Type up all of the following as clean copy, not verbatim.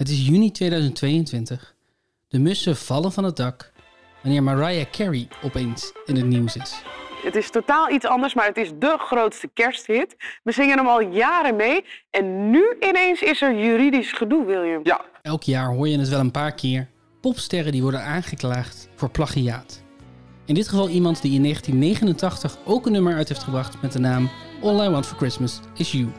Het is juni 2022. De mussen vallen van het dak wanneer Mariah Carey opeens in het nieuws is. Het is totaal iets anders, maar het is dé grootste kersthit. We zingen hem al jaren mee en nu ineens is er juridisch gedoe, William. Ja. Elk jaar hoor je het wel een paar keer. Popsterren die worden aangeklaagd voor plagiaat. In dit geval iemand die in 1989 ook een nummer uit heeft gebracht met de naam All I Want For Christmas Is You.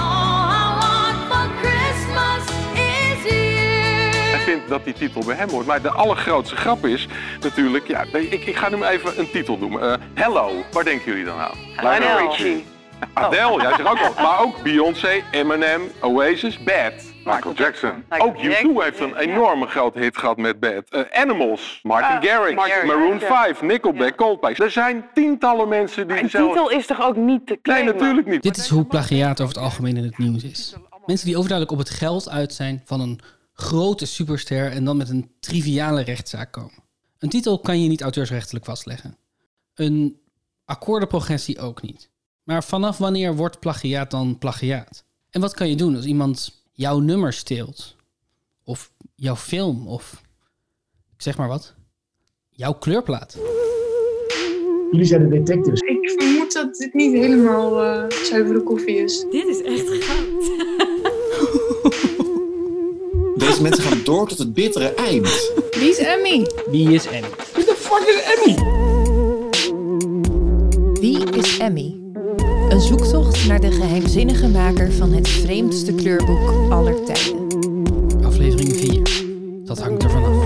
Ik vind dat die titel bij hem hoort. Maar de allergrootste grap is natuurlijk... Ja, ik ga nu even een titel noemen. Hello, waar denken jullie dan aan? Lionel Richie. Adele, jij zegt ook al. Maar ook Beyoncé, Eminem, Oasis, Bad. Michael Jackson. Ook U2 heeft een enorme grote hit gehad met Bad. Animals, Martin Garrix, Maroon 5, Nickelback, Coldplay. Er zijn tientallen mensen die... Een titel is toch ook niet te claimen? Nee, natuurlijk niet. Dit is hoe plagiaat over het algemeen in het nieuws is. Mensen die overduidelijk op het geld uit zijn van een grote superster en dan met een triviale rechtszaak komen. Een titel kan je niet auteursrechtelijk vastleggen. Een akkoordenprogressie ook niet. Maar vanaf wanneer wordt plagiaat dan plagiaat? En wat kan je doen als iemand jouw nummer steelt? Of jouw film? Of, ik zeg maar wat, jouw kleurplaat? Jullie zijn de detectives. Ik vermoed dat dit niet helemaal zuivere koffie is. Dit is echt goud. Deze mensen gaan door tot het bittere eind. Wie is Emmy? Wie is Emmy? Wie de fuck is Emmy? Wie is Emmy? Een zoektocht naar de geheimzinnige maker van het vreemdste kleurboek aller tijden. Aflevering 4. Dat hangt er vanaf.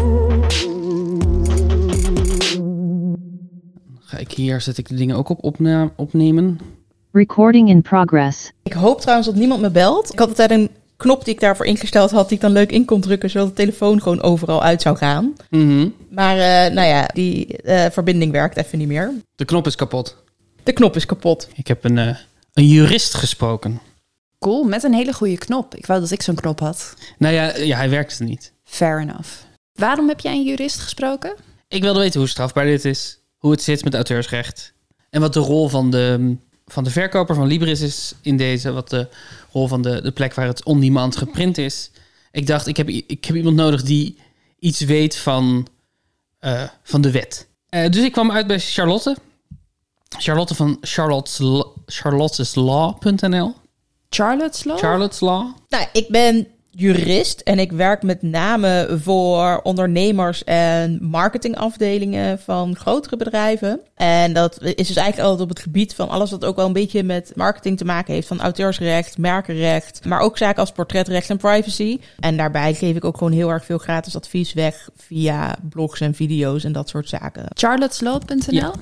Zet ik de dingen ook op opnemen. Recording in progress. Ik hoop trouwens dat niemand me belt. Ik had altijd een knop die ik daarvoor ingesteld had, die ik dan leuk in kon drukken, zodat de telefoon gewoon overal uit zou gaan. Mm-hmm. Maar die verbinding werkt even niet meer. De knop is kapot. De knop is kapot. Ik heb een jurist gesproken. Cool, met een hele goede knop. Ik wou dat ik zo'n knop had. Nou ja, hij werkte niet. Fair enough. Waarom heb jij een jurist gesproken? Ik wilde weten hoe strafbaar dit is. Hoe het zit met auteursrecht. En wat de rol van de verkoper van Libris is in deze. Wat de rol van de plek waar het on-demand geprint is. Ik dacht, ik heb iemand nodig die iets weet van de wet. Dus ik kwam uit bij Charlotte. Charlotte van charlotteslaw.nl. Charlotte's Law? Charlotte's Law. Nou, ik ben jurist en ik werk met name voor ondernemers en marketingafdelingen van grotere bedrijven. En dat is dus eigenlijk altijd op het gebied van alles wat ook wel een beetje met marketing te maken heeft, van auteursrecht, merkenrecht, maar ook zaken als portretrecht en privacy. En daarbij geef ik ook gewoon heel erg veel gratis advies weg via blogs en video's en dat soort zaken. charlotteslaw.nl?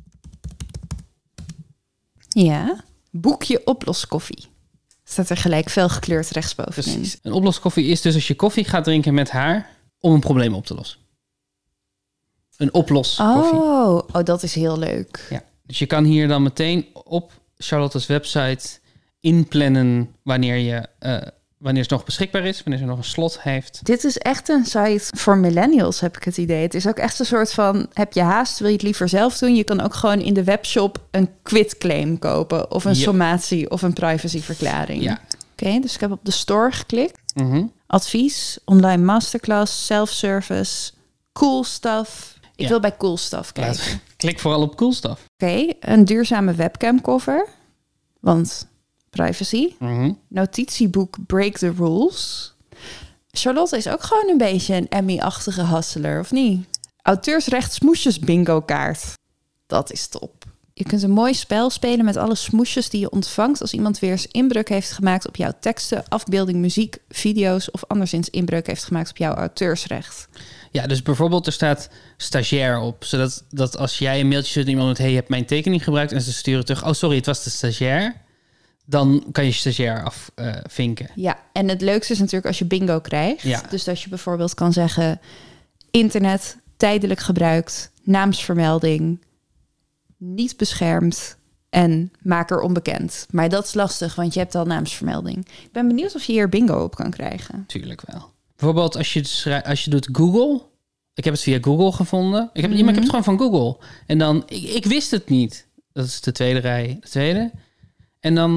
Ja. Boekje oploskoffie. Staat er gelijk felgekleurd rechtsbovenin. Precies. Een oploskoffie is dus als je koffie gaat drinken met haar om een probleem op te lossen. Een oploskoffie. Oh, dat is heel leuk. Ja. Dus je kan hier dan meteen op Charlotte's website inplannen wanneer het nog beschikbaar is, wanneer ze nog een slot heeft. Dit is echt een site voor millennials, heb ik het idee. Het is ook echt een soort van, heb je haast, wil je het liever zelf doen? Je kan ook gewoon in de webshop een quitclaim kopen, of een sommatie, of een privacyverklaring. Ja. Oké, dus ik heb op de store geklikt. Mm-hmm. Advies, online masterclass, self-service, cool stuff. Ik wil bij cool stuff kijken. Klik vooral op cool stuff. Oké, een duurzame webcam cover, want privacy. Mm-hmm. Notitieboek Break the Rules. Charlotte is ook gewoon een beetje een Emmy-achtige hustler, of niet? Auteursrecht smoesjes bingo kaart. Dat is top. Je kunt een mooi spel spelen met alle smoesjes die je ontvangt als iemand weer eens inbreuk heeft gemaakt op jouw teksten, afbeelding, muziek, video's of anderszins inbreuk heeft gemaakt op jouw auteursrecht. Ja, dus bijvoorbeeld er staat stagiair op, zodat dat als jij een mailtje stuurt naar iemand met hey, je hebt mijn tekening gebruikt en ze sturen terug, oh sorry, het was de stagiair. Dan kan je stagiair afvinken. Ja, en het leukste is natuurlijk als je bingo krijgt. Ja. Dus dat je bijvoorbeeld kan zeggen, internet tijdelijk gebruikt, naamsvermelding, niet beschermd en maker onbekend. Maar dat is lastig, want je hebt al naamsvermelding. Ik ben benieuwd of je hier bingo op kan krijgen. Tuurlijk wel. Bijvoorbeeld als je doet Google. Ik heb het via Google gevonden. Ik heb het gewoon van Google. En dan, ik wist het niet. Dat is de tweede rij. De tweede. En dan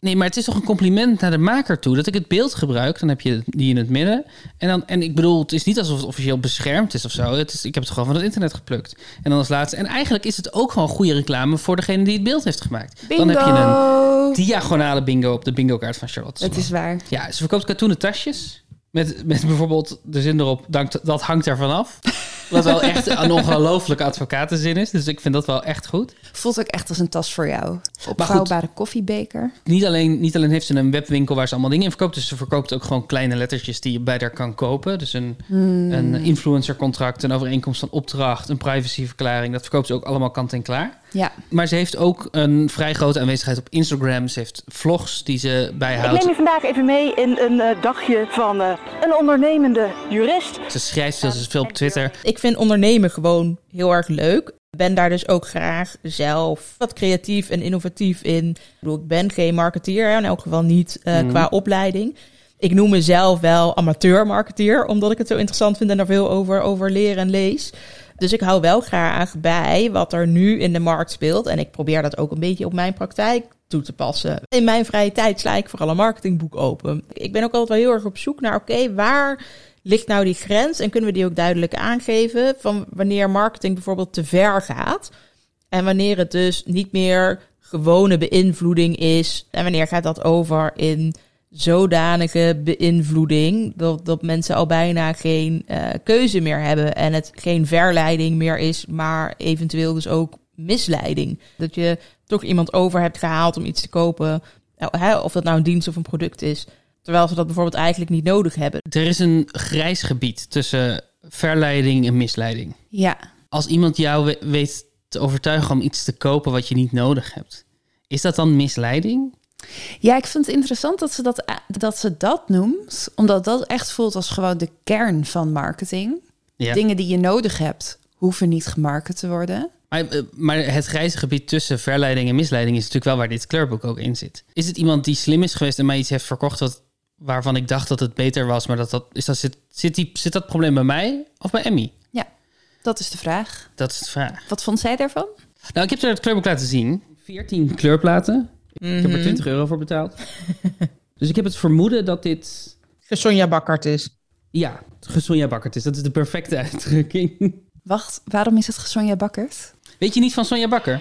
Nee, maar het is toch een compliment naar de maker toe. Dat ik het beeld gebruik, dan heb je die in het midden. En ik bedoel, het is niet alsof het officieel beschermd is of zo. Ik heb het gewoon van het internet geplukt. En dan als laatste. En eigenlijk is het ook gewoon goede reclame voor degene die het beeld heeft gemaakt. Bingo! Dan heb je een diagonale bingo op de bingo-kaart van Charlotte. Het is waar. Ja, ze verkoopt katoenen tasjes. Met bijvoorbeeld de zin erop, dat hangt ervan af. Wat wel echt een ongelooflijke advocatenzin is. Dus ik vind dat wel echt goed. Voelt ook echt als een tas voor jou. Opvouwbare koffiebeker. Niet alleen heeft ze een webwinkel waar ze allemaal dingen in verkoopt. Dus ze verkoopt ook gewoon kleine lettertjes die je bij haar kan kopen. Dus een influencercontract, een overeenkomst van opdracht, een privacyverklaring. Dat verkoopt ze ook allemaal kant en klaar. Ja. Maar ze heeft ook een vrij grote aanwezigheid op Instagram. Ze heeft vlogs die ze bijhoudt. Ik neem je vandaag even mee in een dagje van een ondernemende jurist. Ze schrijft veel op Twitter. Ik vind ondernemen gewoon heel erg leuk. Ik ben daar dus ook graag zelf wat creatief en innovatief in. Ik ben geen marketeer, in elk geval niet qua opleiding. Ik noem mezelf wel amateur-marketeer, omdat ik het zo interessant vind en er veel over leer en lees. Dus ik hou wel graag bij wat er nu in de markt speelt. En ik probeer dat ook een beetje op mijn praktijk toe te passen. In mijn vrije tijd sla ik vooral een marketingboek open. Ik ben ook altijd wel heel erg op zoek naar, waar ligt nou die grens? En kunnen we die ook duidelijk aangeven van wanneer marketing bijvoorbeeld te ver gaat? En wanneer het dus niet meer gewone beïnvloeding is? En wanneer gaat dat over in zodanige beïnvloeding dat mensen al bijna geen keuze meer hebben en het geen verleiding meer is, maar eventueel dus ook misleiding. Dat je toch iemand over hebt gehaald om iets te kopen, of dat nou een dienst of een product is, terwijl ze dat bijvoorbeeld eigenlijk niet nodig hebben. Er is een grijs gebied tussen verleiding en misleiding. Ja. Als iemand jou weet te overtuigen om iets te kopen wat je niet nodig hebt, is dat dan misleiding? Ja, ik vind het interessant dat ze dat noemt, omdat dat echt voelt als gewoon de kern van marketing. Ja. Dingen die je nodig hebt, hoeven niet gemarket te worden. Maar het grijze gebied tussen verleiding en misleiding is natuurlijk wel waar dit kleurboek ook in zit. Is het iemand die slim is geweest en mij iets heeft verkocht waarvan ik dacht dat het beter was, maar zit dat probleem bij mij of bij Emmy? Ja, dat is de vraag. Dat is de vraag. Wat vond zij daarvan? Nou, ik heb er het kleurboek laten zien. 14 kleurplaten. Ik heb er €20 voor betaald. Dus ik heb het vermoeden dat dit Sonja Bakkert is. Ja, Sonja Bakkert is. Dat is de perfecte uitdrukking. Wacht, waarom is het Sonja Bakkert? Weet je niet van Sonja Bakker?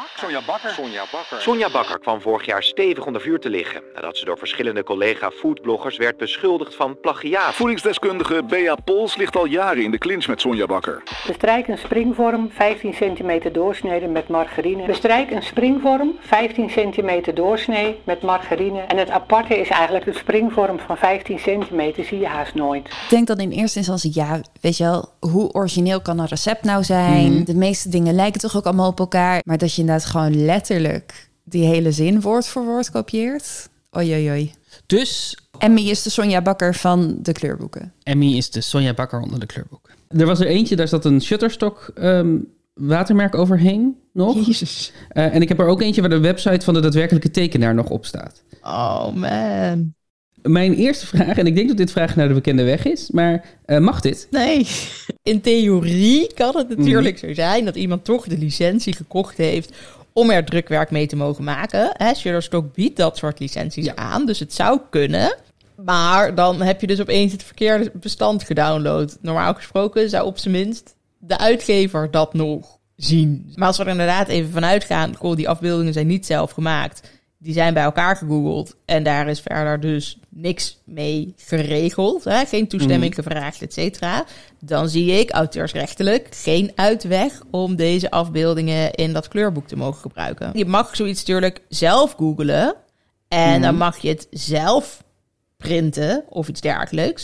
Sonja Bakker kwam vorig jaar stevig onder vuur te liggen nadat ze door verschillende collega-foodbloggers werd beschuldigd van plagiaat. Voedingsdeskundige Bea Pols ligt al jaren in de clinch met Sonja Bakker. Bestrijk een springvorm 15 centimeter doorsnee met margarine. Bestrijk een springvorm 15 centimeter doorsnee met margarine. En het aparte is eigenlijk de springvorm van 15 centimeter zie je haast nooit. Ik denk dan in eerste instantie, ja, weet je wel, hoe origineel kan een recept nou zijn? De meeste dingen lijken toch ook allemaal op elkaar. Maar dat je inderdaad gewoon letterlijk die hele zin woord voor woord kopieert. Oei. Dus Emmy is de Sonja Bakker van de kleurboeken. Emmy is de Sonja Bakker onder de kleurboeken. Er was er eentje, daar zat een Shutterstock watermerk overheen nog. Jezus. En ik heb er ook eentje waar de website van de daadwerkelijke tekenaar nog op staat. Oh man. Mijn eerste vraag, en ik denk dat dit vraag naar de bekende weg is, maar mag dit? Nee. In theorie kan het natuurlijk zo zijn dat iemand toch de licentie gekocht heeft om er drukwerk mee te mogen maken. Shutterstock biedt dat soort licenties aan, dus het zou kunnen. Maar dan heb je dus opeens het verkeerde bestand gedownload. Normaal gesproken zou op zijn minst de uitgever dat nog zien. Maar als we er inderdaad even vanuit gaan, die afbeeldingen zijn niet zelf gemaakt. Die zijn bij elkaar gegoogeld en daar is verder dus niks mee geregeld. Geen toestemming gevraagd, et cetera. Dan zie ik auteursrechtelijk geen uitweg om deze afbeeldingen in dat kleurboek te mogen gebruiken. Je mag zoiets natuurlijk zelf googlen en dan mag je het zelf printen of iets dergelijks.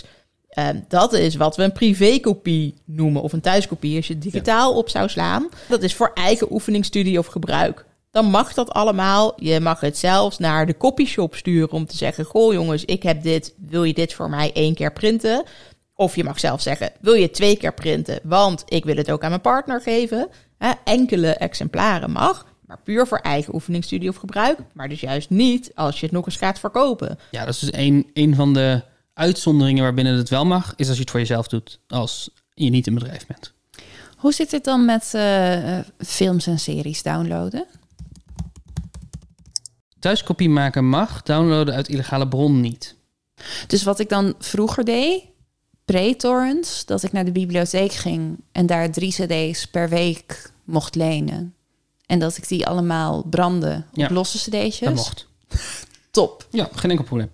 Dat is wat we een privékopie noemen of een thuiskopie als je het digitaal op zou slaan. Dat is voor eigen oefening, studie of gebruik. Dan mag dat allemaal. Je mag het zelfs naar de copyshop sturen om te zeggen, goh jongens, ik heb dit, wil je dit voor mij 1 keer printen? Of je mag zelf zeggen, wil je 2 keer printen, want ik wil het ook aan mijn partner geven. Enkele exemplaren mag, maar puur voor eigen oefening, studie of gebruik. Maar dus juist niet als je het nog eens gaat verkopen. Ja, dat is dus een van de uitzonderingen waarbinnen het wel mag, is als je het voor jezelf doet, als je niet een bedrijf bent. Hoe zit het dan met films en series downloaden? thuiskopie maken mag, downloaden uit illegale bron niet. Dus wat ik dan vroeger deed, pre-torrents, dat ik naar de bibliotheek ging en daar 3 cd's per week mocht lenen. En dat ik die allemaal brandde op losse cd'tjes. Dat mocht. Top. Ja, geen enkel probleem.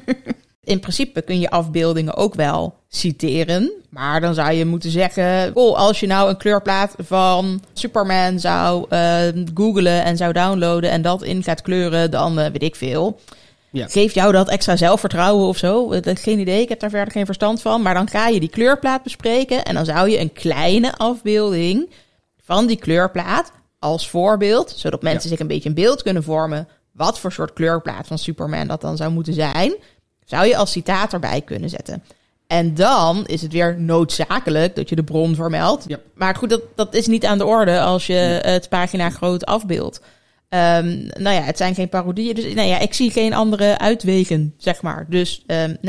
In principe kun je afbeeldingen ook wel citeren. Maar dan zou je moeten zeggen, als je nou een kleurplaat van Superman zou googlen en zou downloaden en dat in gaat kleuren, dan weet ik veel. Ja. Geeft jou dat extra zelfvertrouwen of zo? Geen idee, ik heb daar verder geen verstand van. Maar dan ga je die kleurplaat bespreken en dan zou je een kleine afbeelding van die kleurplaat als voorbeeld, zodat mensen zich een beetje een beeld kunnen vormen wat voor soort kleurplaat van Superman dat dan zou moeten zijn, zou je als citaat erbij kunnen zetten. En dan is het weer noodzakelijk dat je de bron vermeldt. Ja. Maar goed, dat is niet aan de orde als je het pagina groot afbeeldt. Het zijn geen parodieën. Dus ik zie geen andere uitwegen, zeg maar. Dus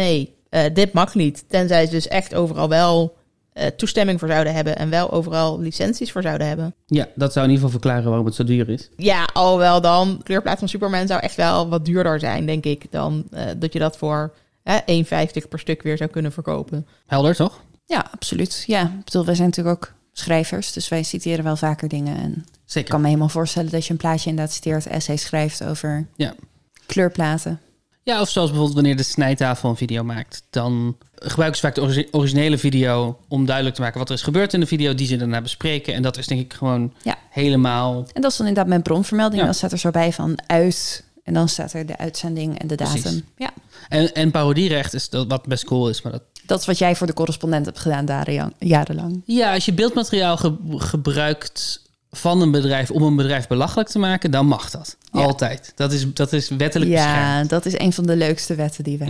dit mag niet. Tenzij ze dus echt overal wel toestemming voor zouden hebben en wel overal licenties voor zouden hebben. Ja, dat zou in ieder geval verklaren waarom het zo duur is. Ja, alhoewel dan de kleurplaat van Superman zou echt wel wat duurder zijn, denk ik, dan dat je dat voor 1,50 per stuk weer zou kunnen verkopen. Helder, toch? Ja, absoluut. Ja, ik bedoel, wij zijn natuurlijk ook schrijvers, dus wij citeren wel vaker dingen. En zeker. Ik kan me helemaal voorstellen dat je een plaatje inderdaad citeert, essay schrijft over kleurplaten. Ja, of zoals bijvoorbeeld wanneer de snijtafel een video maakt. Dan gebruiken ze vaak de originele video om duidelijk te maken wat er is gebeurd in de video, die ze daarna bespreken. En dat is denk ik gewoon helemaal... En dat is dan inderdaad met bronvermelding. Dan staat er zo bij van uit... En dan staat er de uitzending en de datum. Precies. Ja. En parodierecht is wat best cool is. Maar dat is wat jij voor de correspondent hebt gedaan jarenlang. Ja, als je beeldmateriaal gebruikt van een bedrijf om een bedrijf belachelijk te maken, dan mag dat. Ja. Altijd. Dat is wettelijk beschermd. Ja, dat is een van de leukste wetten die we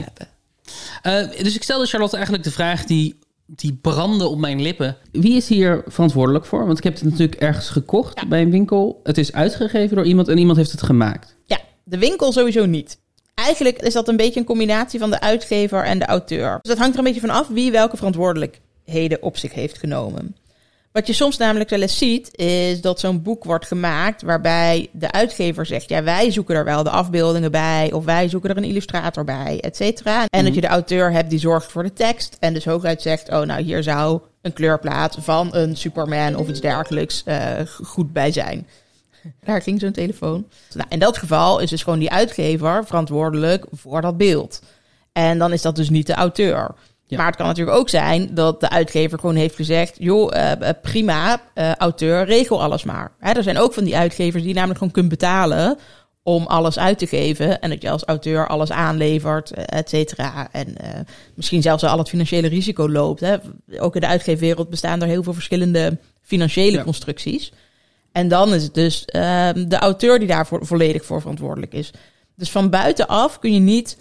hebben. Dus ik stelde Charlotte eigenlijk de vraag die brandde op mijn lippen. Wie is hier verantwoordelijk voor? Want ik heb het natuurlijk ergens gekocht bij een winkel. Het is uitgegeven door iemand en iemand heeft het gemaakt. Ja, de winkel sowieso niet. Eigenlijk is dat een beetje een combinatie van de uitgever en de auteur. Dus dat hangt er een beetje van af wie welke verantwoordelijkheden op zich heeft genomen. Wat je soms namelijk wel eens ziet, is dat zo'n boek wordt gemaakt waarbij de uitgever zegt, ja, wij zoeken er wel de afbeeldingen bij, of wij zoeken er een illustrator bij, et cetera. En dat je de auteur hebt die zorgt voor de tekst en dus hooguit zegt, oh, nou, hier zou een kleurplaat van een Superman of iets dergelijks goed bij zijn. Daar ging zo'n telefoon. Nou, in dat geval is dus gewoon die uitgever verantwoordelijk voor dat beeld. En dan is dat dus niet de auteur. Ja. Maar het kan natuurlijk ook zijn dat de uitgever gewoon heeft gezegd, joh, prima, auteur, regel alles maar. Er zijn ook van die uitgevers die je namelijk gewoon kunt betalen om alles uit te geven. En dat je als auteur alles aanlevert, et cetera. En misschien zelfs al het financiële risico loopt. Hè. Ook in de uitgeefwereld bestaan er heel veel verschillende financiële constructies. En dan is het dus de auteur die daar volledig voor verantwoordelijk is. Dus van buitenaf kun je niet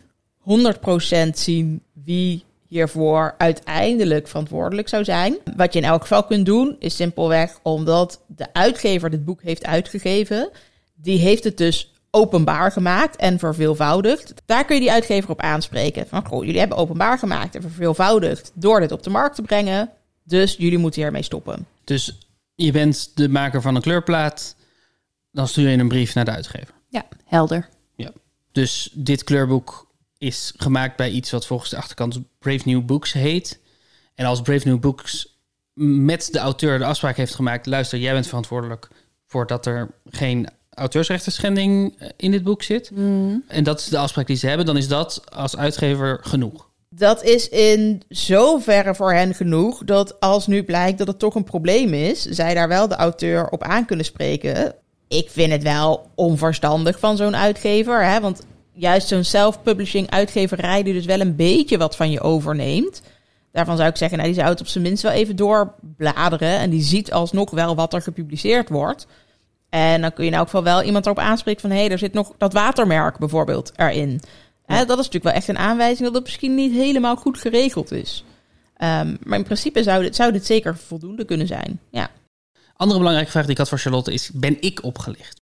100% zien wie hiervoor uiteindelijk verantwoordelijk zou zijn. Wat je in elk geval kunt doen, is simpelweg omdat de uitgever dit boek heeft uitgegeven. Die heeft het dus openbaar gemaakt en verveelvoudigd. Daar kun je die uitgever op aanspreken. Van, goh, jullie hebben openbaar gemaakt en verveelvoudigd door dit op de markt te brengen. Dus jullie moeten hiermee stoppen. Dus je bent de maker van een kleurplaat, dan stuur je een brief naar de uitgever. Ja, helder. Ja. Dus dit kleurboek is gemaakt bij iets wat volgens de achterkant Brave New Books heet. En als Brave New Books met de auteur de afspraak heeft gemaakt, luister, jij bent verantwoordelijk voor dat er geen auteursrechtenschending in dit boek zit. En dat is de afspraak die ze hebben, dan is dat als uitgever genoeg. Dat is in zoverre voor hen genoeg dat als nu blijkt dat het toch een probleem is, zij daar wel de auteur op aan kunnen spreken. Ik vind het wel onverstandig van zo'n uitgever, hè? Want juist zo'n self-publishing uitgeverij die dus wel een beetje wat van je overneemt. Daarvan zou ik zeggen, nou, die zou het op zijn minst wel even doorbladeren. En die ziet alsnog wel wat er gepubliceerd wordt. En dan kun je in elk geval wel iemand erop aanspreken van, hé, er zit nog dat watermerk bijvoorbeeld erin. Ja. Dat is natuurlijk wel echt een aanwijzing dat het misschien niet helemaal goed geregeld is. Maar in principe zou dit zeker voldoende kunnen zijn. Ja. Andere belangrijke vraag die ik had voor Charlotte is, ben ik opgelicht?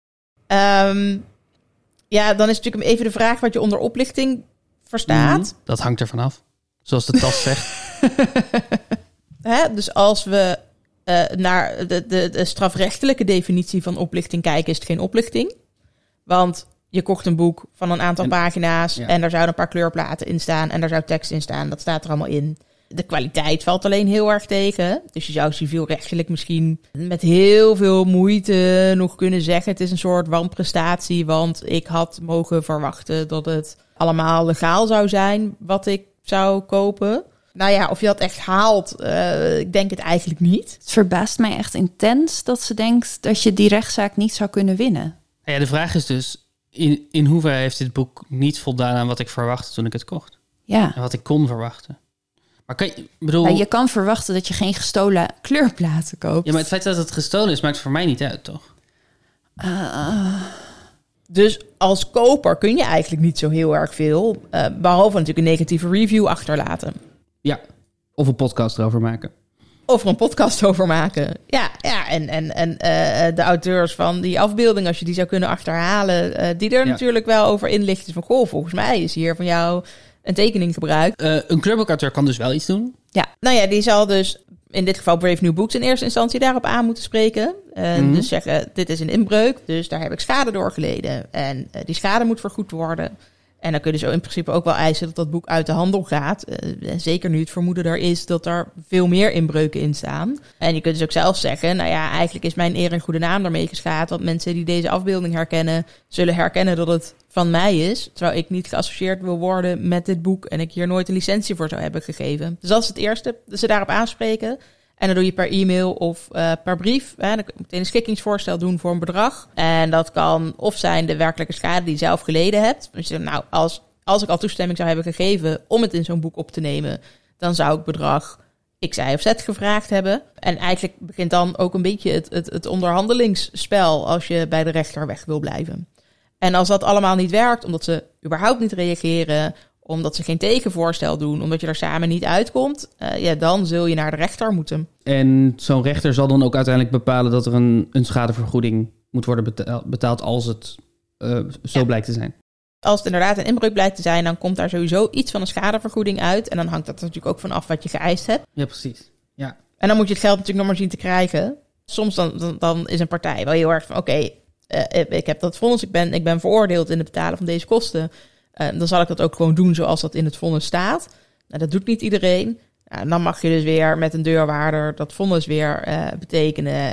Ja, dan is natuurlijk even de vraag wat je onder oplichting verstaat. Dat hangt er vanaf, zoals de tas zegt. Dus als we naar de strafrechtelijke definitie van oplichting kijken, is het geen oplichting. Want je kocht een boek van een aantal pagina's en daar zouden een paar kleurplaten in staan en daar zou tekst in staan. Dat staat er allemaal in. De kwaliteit valt alleen heel erg tegen. Dus je zou civielrechtelijk misschien met heel veel moeite nog kunnen zeggen, het is een soort wanprestatie, want ik had mogen verwachten dat het allemaal legaal zou zijn wat ik zou kopen. Nou ja, of je dat echt haalt, ik denk het eigenlijk niet. Het verbaast mij echt intens dat ze denkt dat je die rechtszaak niet zou kunnen winnen. Ja, de vraag is dus, in hoeverre heeft dit boek niet voldaan aan wat ik verwachtte toen ik het kocht? Ja. En wat ik kon verwachten. Maar je kan verwachten dat je geen gestolen kleurplaten koopt. Ja, maar het feit dat het gestolen is, maakt voor mij niet uit, toch? Dus als koper kun je eigenlijk niet zo heel erg veel, behalve natuurlijk een negatieve review achterlaten. Ja, of een podcast erover maken. Of er een podcast over maken. Ja, en de auteurs van die afbeelding, als je die zou kunnen achterhalen, die er natuurlijk wel over inlichten van, goh, volgens mij is hier van jou een tekening gebruikt. Een kleurboekauteur kan dus wel iets doen. Ja, nou ja, die zal dus in dit geval Brave New Books in eerste instantie daarop aan moeten spreken. Dus zeggen, dit is een inbreuk, dus daar heb ik schade door geleden. En die schade moet vergoed worden. En dan kun je zo in principe ook wel eisen dat dat boek uit de handel gaat. Zeker nu het vermoeden er is dat er veel meer inbreuken in staan. En je kunt dus ook zelf zeggen, nou ja, eigenlijk is mijn eer en goede naam daarmee geschaad. Want mensen die deze afbeelding herkennen, zullen herkennen dat het van mij is. Terwijl ik niet geassocieerd wil worden met dit boek en ik hier nooit een licentie voor zou hebben gegeven. Dus dat is het eerste, dat ze daarop aanspreken. En dan doe je per e-mail of per brief. Dan kun je meteen een schikkingsvoorstel doen voor een bedrag. En dat kan of zijn de werkelijke schade die je zelf geleden hebt. Dus je zegt, nou, als ik al toestemming zou hebben gegeven om het in zo'n boek op te nemen, dan zou ik bedrag X, Y of Z gevraagd hebben. En eigenlijk begint dan ook een beetje het onderhandelingsspel als je bij de rechter weg wil blijven. En als dat allemaal niet werkt, omdat ze überhaupt niet reageren, omdat ze geen tegenvoorstel doen, omdat je er samen niet uitkomt, dan zul je naar de rechter moeten. En zo'n rechter zal dan ook uiteindelijk bepalen dat er een schadevergoeding moet worden betaald als het zo blijkt te zijn. Als het inderdaad een inbreuk blijkt te zijn, dan komt daar sowieso iets van een schadevergoeding uit. En dan hangt dat natuurlijk ook vanaf wat je geëist hebt. Ja, precies. Ja. En dan moet je het geld natuurlijk nog maar zien te krijgen. Soms dan is een partij wel heel erg van, oké, ik heb dat vonnis, ik ben veroordeeld in het betalen van deze kosten. Dan zal ik dat ook gewoon doen zoals dat in het vonnis staat. Nou, dat doet niet iedereen. En dan mag je dus weer met een deurwaarder dat vonnis weer betekenen.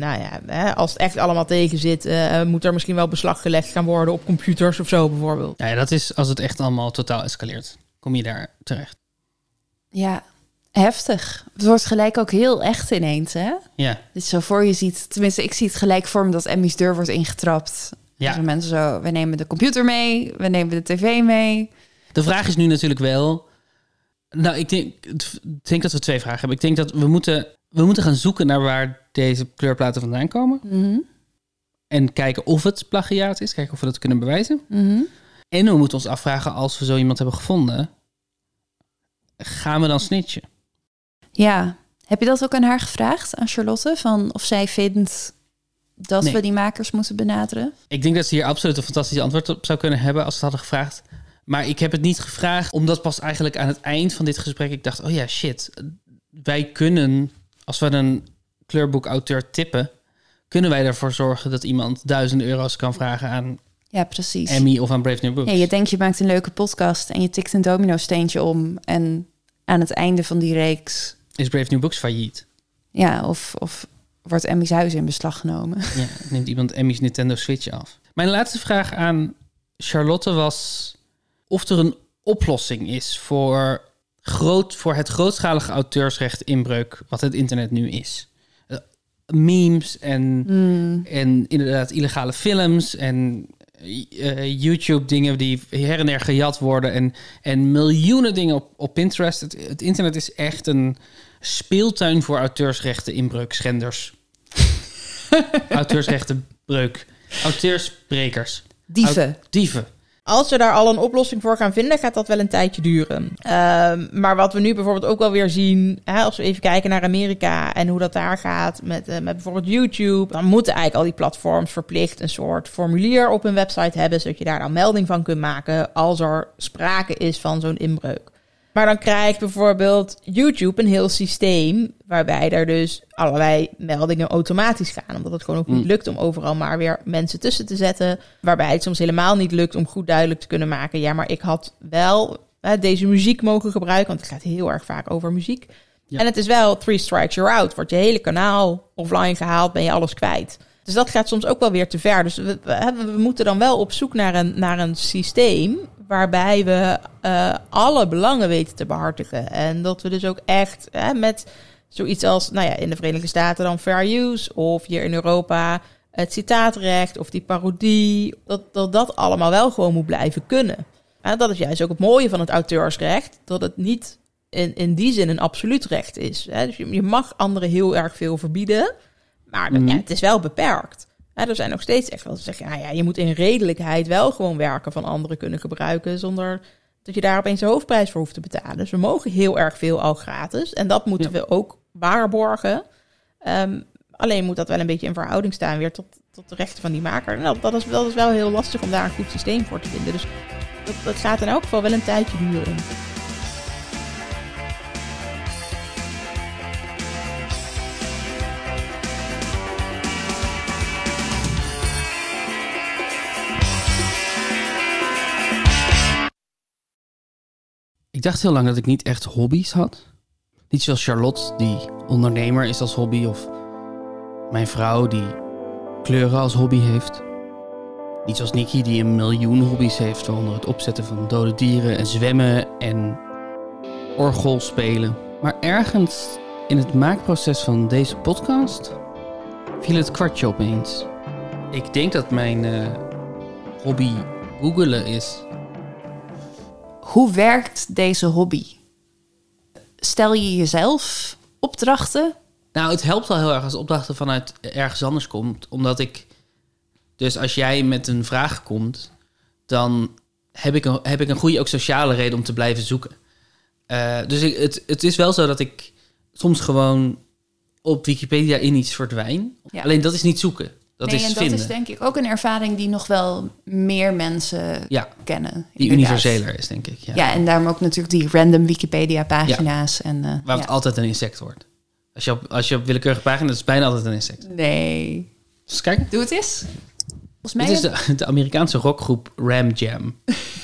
En als het echt allemaal tegen zit, moet er misschien wel beslag gelegd gaan worden op computers of zo bijvoorbeeld. Ja, dat is als het echt allemaal totaal escaleert. Kom je daar terecht. Ja, heftig. Het wordt gelijk ook heel echt ineens, hè? Ja. Dus zo voor je ziet, tenminste ik zie het gelijk voor me dat Emmy's deur wordt ingetrapt. Ja. Dus mensen zo, we nemen de computer mee, we nemen de tv mee. De vraag is nu natuurlijk wel, nou, ik denk dat we twee vragen hebben. Ik denk dat we moeten gaan zoeken naar waar deze kleurplaten vandaan komen. Mm-hmm. En kijken of het plagiaat is. Kijken of we dat kunnen bewijzen. Mm-hmm. En we moeten ons afvragen, als we zo iemand hebben gevonden, gaan we dan snitchen? Ja. Heb je dat ook aan haar gevraagd, aan Charlotte? Van of zij vindt dat we die makers moeten benaderen? Ik denk dat ze hier absoluut een fantastisch antwoord op zou kunnen hebben als ze het hadden gevraagd. Maar ik heb het niet gevraagd, omdat pas eigenlijk aan het eind van dit gesprek ik dacht, oh ja, shit. Wij kunnen, als we een kleurboekauteur tippen, kunnen wij ervoor zorgen dat iemand €1000 kan vragen aan precies. Emmy of aan Brave New Books. Ja, je denkt, je maakt een leuke podcast en je tikt een domino-steentje om. En aan het einde van die reeks is Brave New Books failliet. Ja, of wordt Emmy's huis in beslag genomen. Ja, neemt iemand Emmy's Nintendo Switch af. Mijn laatste vraag aan Charlotte was of er een oplossing is voor het grootschalige auteursrecht inbreuk wat het internet nu is. Memes en inderdaad illegale films en YouTube dingen die her en der gejat worden en miljoenen dingen op Pinterest. Het internet is echt een speeltuin voor auteursrechten inbreukschenders. Auteursbrekers. Dieven. Als we daar al een oplossing voor gaan vinden, gaat dat wel een tijdje duren. Maar wat we nu bijvoorbeeld ook wel weer zien, als we even kijken naar Amerika en hoe dat daar gaat met bijvoorbeeld YouTube, dan moeten eigenlijk al die platforms verplicht een soort formulier op hun website hebben, zodat je daar dan melding van kunt maken als er sprake is van zo'n inbreuk. Maar dan krijgt bijvoorbeeld YouTube een heel systeem waarbij er dus allerlei meldingen automatisch gaan. Omdat het gewoon ook niet lukt om overal maar weer mensen tussen te zetten. Waarbij het soms helemaal niet lukt om goed duidelijk te kunnen maken. Ja, maar ik had wel deze muziek mogen gebruiken. Want het gaat heel erg vaak over muziek. Ja. En het is wel 3 strikes you're out. Wordt je hele kanaal offline gehaald, ben je alles kwijt. Dus dat gaat soms ook wel weer te ver. Dus we moeten dan wel op zoek naar een systeem waarbij we alle belangen weten te behartigen. En dat we dus ook echt met zoiets als, in de Verenigde Staten dan fair use, of hier in Europa het citaatrecht of die parodie, dat allemaal wel gewoon moet blijven kunnen. Dat is juist ook het mooie van het auteursrecht, dat het niet in die zin een absoluut recht is. Dus je mag anderen heel erg veel verbieden, maar het is wel beperkt. Er zijn nog steeds echt wel te zeggen, je moet in redelijkheid wel gewoon werken van anderen kunnen gebruiken zonder dat je daar opeens de hoofdprijs voor hoeft te betalen. Dus we mogen heel erg veel al gratis en dat moeten we ook waarborgen. Alleen moet dat wel een beetje in verhouding staan weer tot de rechten van die maker. Nou, dat is wel heel lastig om daar een goed systeem voor te vinden. Dus dat gaat in elk geval wel een tijdje duren. Ik dacht heel lang dat ik niet echt hobby's had. Niet zoals Charlotte, die ondernemer is als hobby. Of mijn vrouw, die kleuren als hobby heeft. Niet zoals Nikki, die 1 miljoen hobby's heeft. Waaronder het opzetten van dode dieren en zwemmen en orgel spelen. Maar ergens in het maakproces van deze podcast viel het kwartje opeens. Ik denk dat mijn hobby googelen is. Hoe werkt deze hobby? Stel je jezelf opdrachten? Nou, het helpt wel heel erg als opdrachten vanuit ergens anders komt. Omdat ik... Dus als jij met een vraag komt, dan heb ik een goede ook sociale reden om te blijven zoeken. Dus het is wel zo dat ik soms gewoon op Wikipedia in iets verdwijn. Ja. Alleen dat is niet zoeken. Dat is vinden. Dat is denk ik ook een ervaring die nog wel meer mensen kennen. Die universeler is, denk ik. Ja, en daarom ook natuurlijk die random Wikipedia-pagina's. Ja. Waar het altijd een insect wordt. Als je op willekeurige pagina's, is het bijna altijd een insect. Nee. Dus kijken. Doe het eens. Dit is de Amerikaanse rockgroep Ram Jam.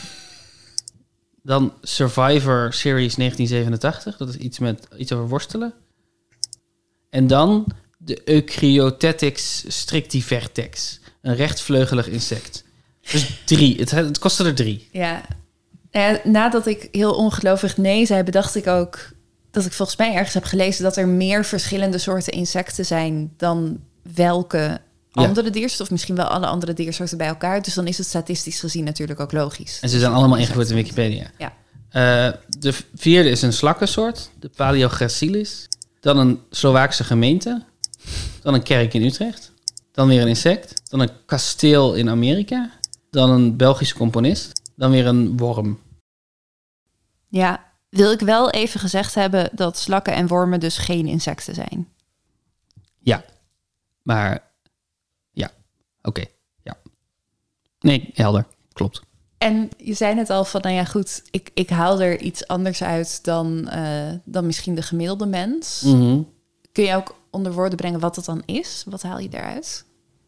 Dan Survivor Series 1987. Dat is iets over worstelen. En dan de Eucryotetics strictivertex. Een rechtvleugelig insect. Dus 3. Het kostte er 3. Ja. Nadat ik heel ongelovig nee zei, bedacht ik ook dat ik volgens mij ergens heb gelezen dat er meer verschillende soorten insecten zijn dan welke andere diersoorten, of misschien wel alle andere diersoorten bij elkaar. Dus dan is het statistisch gezien natuurlijk ook logisch. En ze zijn allemaal ingevoerd in Wikipedia. Ja. De 4e is een slakkensoort, de Paleogracilis. Dan een Slovaakse gemeente. Dan een kerk in Utrecht. Dan weer een insect. Dan een kasteel in Amerika. Dan een Belgische componist. Dan weer een worm. Ja, wil ik wel even gezegd hebben dat slakken en wormen dus geen insecten zijn. Ja, maar ja, oké. Ja. Nee, helder. Klopt. En je zei net al van, nou ja goed, ik haal er iets anders uit dan misschien de gemiddelde mens. Mm-hmm. Kun je ook onder woorden brengen wat het dan is? Wat haal je daaruit?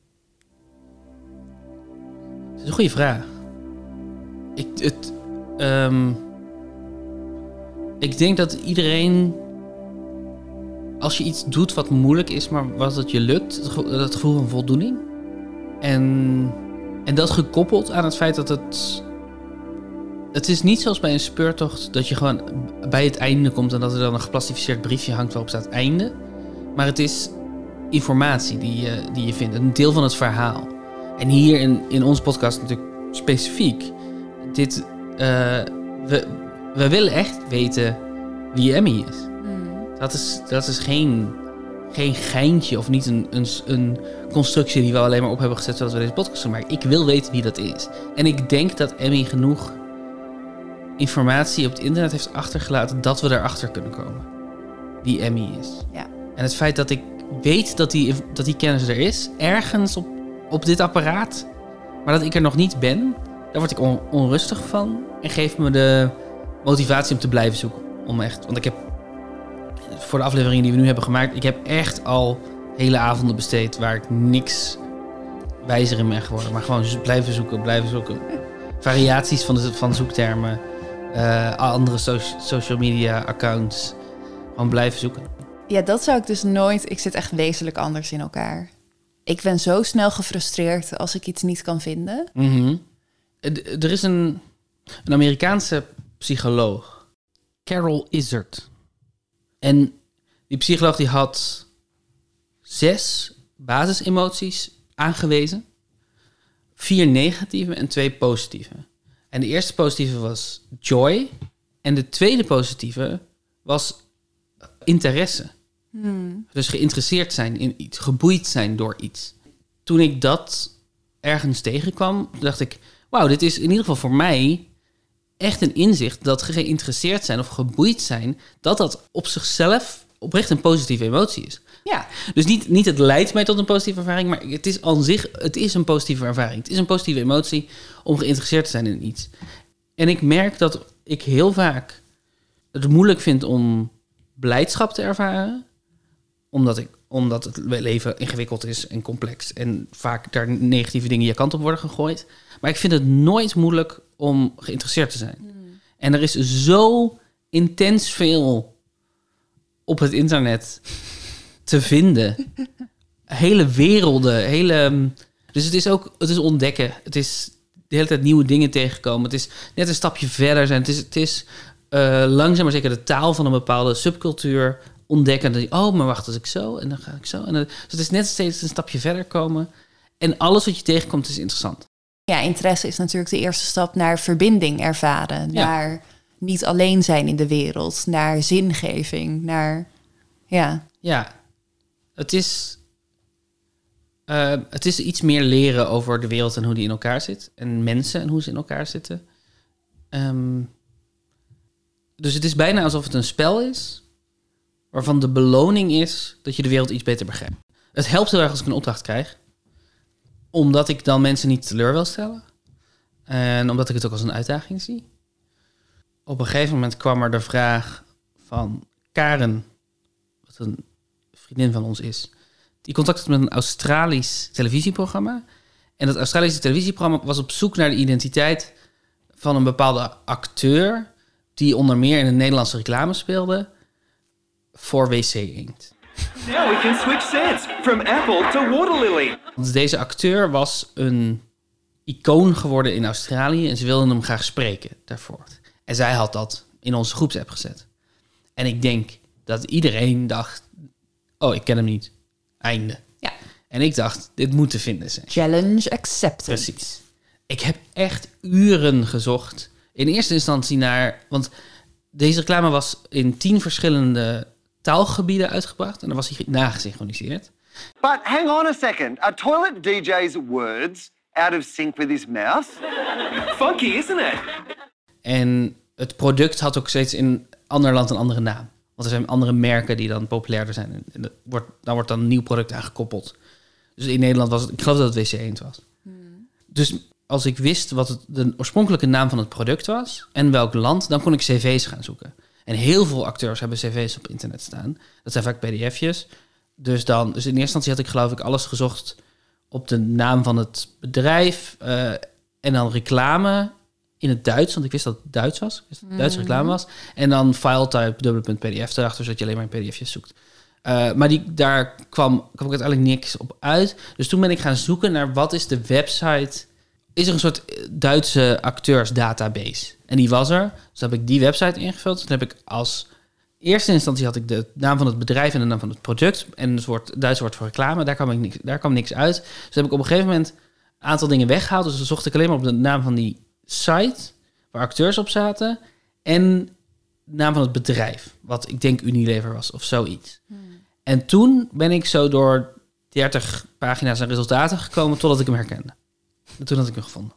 Dat is een goede vraag. Ik denk dat iedereen, als je iets doet wat moeilijk is, maar wat het je lukt, dat gevoel van voldoening. En dat gekoppeld aan het feit dat het is niet zoals bij een speurtocht dat je gewoon bij het einde komt en dat er dan een geplastificeerd briefje hangt waarop staat einde. Maar het is informatie die je vindt, een deel van het verhaal. En hier in onze podcast natuurlijk specifiek. We willen echt weten wie Emmy is. Dat is geen geintje of niet een constructie die we alleen maar op hebben gezet zodat we deze podcast gaan maken. Ik wil weten wie dat is. En ik denk dat Emmy genoeg informatie op het internet heeft achtergelaten dat we erachter kunnen komen wie Emmy is. Ja. En het feit dat ik weet dat die kennis er is, ergens op dit apparaat, maar dat ik er nog niet ben, daar word ik onrustig van en geeft me motivatie om te blijven zoeken. Want ik heb voor de afleveringen die we nu hebben gemaakt, ik heb echt al hele avonden besteed waar ik niks wijzer in ben geworden. Maar gewoon blijven zoeken. Variaties van zoektermen, andere social media accounts. Gewoon blijven zoeken. Ja, dat zou ik dus nooit... Ik zit echt wezenlijk anders in elkaar. Ik ben zo snel gefrustreerd als ik iets niet kan vinden. Mm-hmm. Er is een Amerikaanse psycholoog, Carol Izard. En die psycholoog die had 6 basisemoties aangewezen. 4 negatieve en 2 positieve. En de eerste positieve was joy. En de tweede positieve was interesse. Dus geïnteresseerd zijn in iets, geboeid zijn door iets. Toen ik dat ergens tegenkwam, dacht ik, wauw, dit is in ieder geval voor mij echt een inzicht dat geïnteresseerd zijn of geboeid zijn, dat op zichzelf oprecht een positieve emotie is. Ja. Dus niet het leidt mij tot een positieve ervaring, maar het is aan zich, het is een positieve ervaring. Het is een positieve emotie om geïnteresseerd te zijn in iets. En ik merk dat ik heel vaak het moeilijk vind om blijdschap te ervaren, omdat het leven ingewikkeld is en complex en vaak daar negatieve dingen je kant op worden gegooid. Maar ik vind het nooit moeilijk om geïnteresseerd te zijn. En er is zo intens veel op het internet te vinden. Hele werelden, dus het is ontdekken. Het is de hele tijd nieuwe dingen tegenkomen. Het is net een stapje verder zijn. Het is langzaam maar zeker de taal van een bepaalde subcultuur ontdekken. Dat maar wacht, als ik zo en dan ga ik zo. Dus het is net steeds een stapje verder komen. En alles wat je tegenkomt is interessant. Ja, interesse is natuurlijk de eerste stap naar verbinding ervaren. Ja. Naar niet alleen zijn in de wereld. Naar zingeving. Naar, Ja, het is iets meer leren over de wereld en hoe die in elkaar zit. En mensen en hoe ze in elkaar zitten. Dus het is bijna alsof het een spel is, waarvan de beloning is dat je de wereld iets beter begrijpt. Het helpt heel erg als ik een opdracht krijg, omdat ik dan mensen niet teleur wil stellen. En omdat ik het ook als een uitdaging zie. Op een gegeven moment kwam er de vraag van Karen, wat een vriendin van ons is. Die contact had met een Australisch televisieprogramma. En dat Australische televisieprogramma was op zoek naar de identiteit van een bepaalde acteur die onder meer in een Nederlandse reclame speelde voor WC Eend. Now we can switch sets from Apple to Waterlily. Dus deze acteur was een icoon geworden in Australië en ze wilden hem graag spreken daarvoor. En zij had dat in onze groepsapp gezet. En ik denk dat iedereen dacht, ik ken hem niet. Einde. Ja. En ik dacht, dit moet te vinden zijn. Challenge accepted. Precies. Ik heb echt uren gezocht. In eerste instantie want deze reclame was in 10 verschillende taalgebieden uitgebracht. En dan was hij nagesynchroniseerd. But hang on a second. A toilet DJ's words out of sync with his mouth? Funky, isn't it? En het product had ook steeds in een ander land een andere naam. Want er zijn andere merken die dan populairder zijn. En daar wordt dan een nieuw product aangekoppeld. Dus in Nederland was het, ik geloof dat het WC Eend was. Dus als ik wist wat de oorspronkelijke naam van het product was en welk land, dan kon ik cv's gaan zoeken. En heel veel acteurs hebben cv's op internet staan. Dat zijn vaak pdf'jes. Dus in eerste instantie had ik geloof ik alles gezocht op de naam van het bedrijf. En dan reclame in het Duits, want ik wist dat het Duits was. Dat het Duitse reclame was. En dan filetype .pdf erachter, zodat je alleen maar in pdf'jes zoekt. Maar daar kwam ik uiteindelijk niks op uit. Dus toen ben ik gaan zoeken naar wat is de website. Is er een soort Duitse acteursdatabase? En die was er. Dus toen heb ik die website ingevuld. Toen heb ik als eerste instantie had ik de naam van het bedrijf en de naam van het product. En het Duitse woord voor reclame. Daar kwam niks uit. Dus heb ik op een gegeven moment een aantal dingen weggehaald. Dus dan zocht ik alleen maar op de naam van die site waar acteurs op zaten. En de naam van het bedrijf. Wat ik denk Unilever was of zoiets. En toen ben ik zo door 30 pagina's aan resultaten gekomen totdat ik hem herkende. En toen had ik hem gevonden.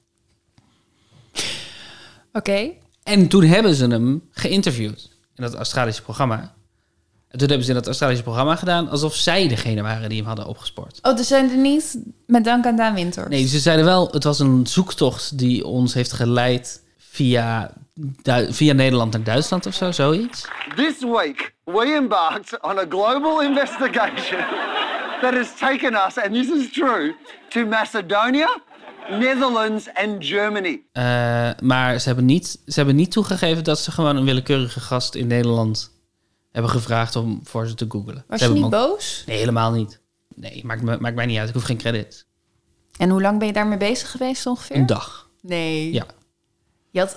Oké. En toen hebben ze hem geïnterviewd in dat Australische programma. En toen hebben ze in dat Australische programma gedaan alsof zij degene waren die hem hadden opgespoord. Oh, dus zijn er niet met dank aan Daan Winters? Nee, ze zeiden wel, het was een zoektocht die ons heeft geleid via via Nederland naar Duitsland of zo, zoiets. This week, we embarked on a global investigation that has taken us, and this is true, to Macedonia, Netherlands and Germany. Maar ze hebben niet toegegeven dat ze gewoon een willekeurige gast in Nederland hebben gevraagd om voor ze te googlen. Was je niet boos? Nee, helemaal niet. Nee, maakt mij niet uit. Ik hoef geen credits. En hoe lang ben je daarmee bezig geweest ongeveer? Een dag. Nee. Ja. Je had...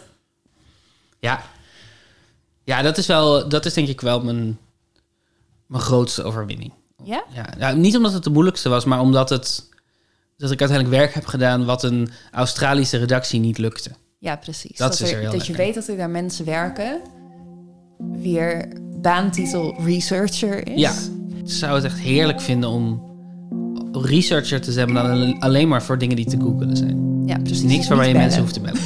Ja, dat is denk ik wel mijn grootste overwinning. Ja? Ja, niet omdat het de moeilijkste was, maar omdat dat ik uiteindelijk werk heb gedaan wat een Australische redactie niet lukte. Ja, precies. Dat je weet dat er daar mensen werken wier baantitel researcher is. Ja, ik zou het echt heerlijk vinden om researcher te zijn, dan alleen maar voor dingen die te googlen zijn. Ja, precies. Niks waarbij je mensen hoeft te bellen.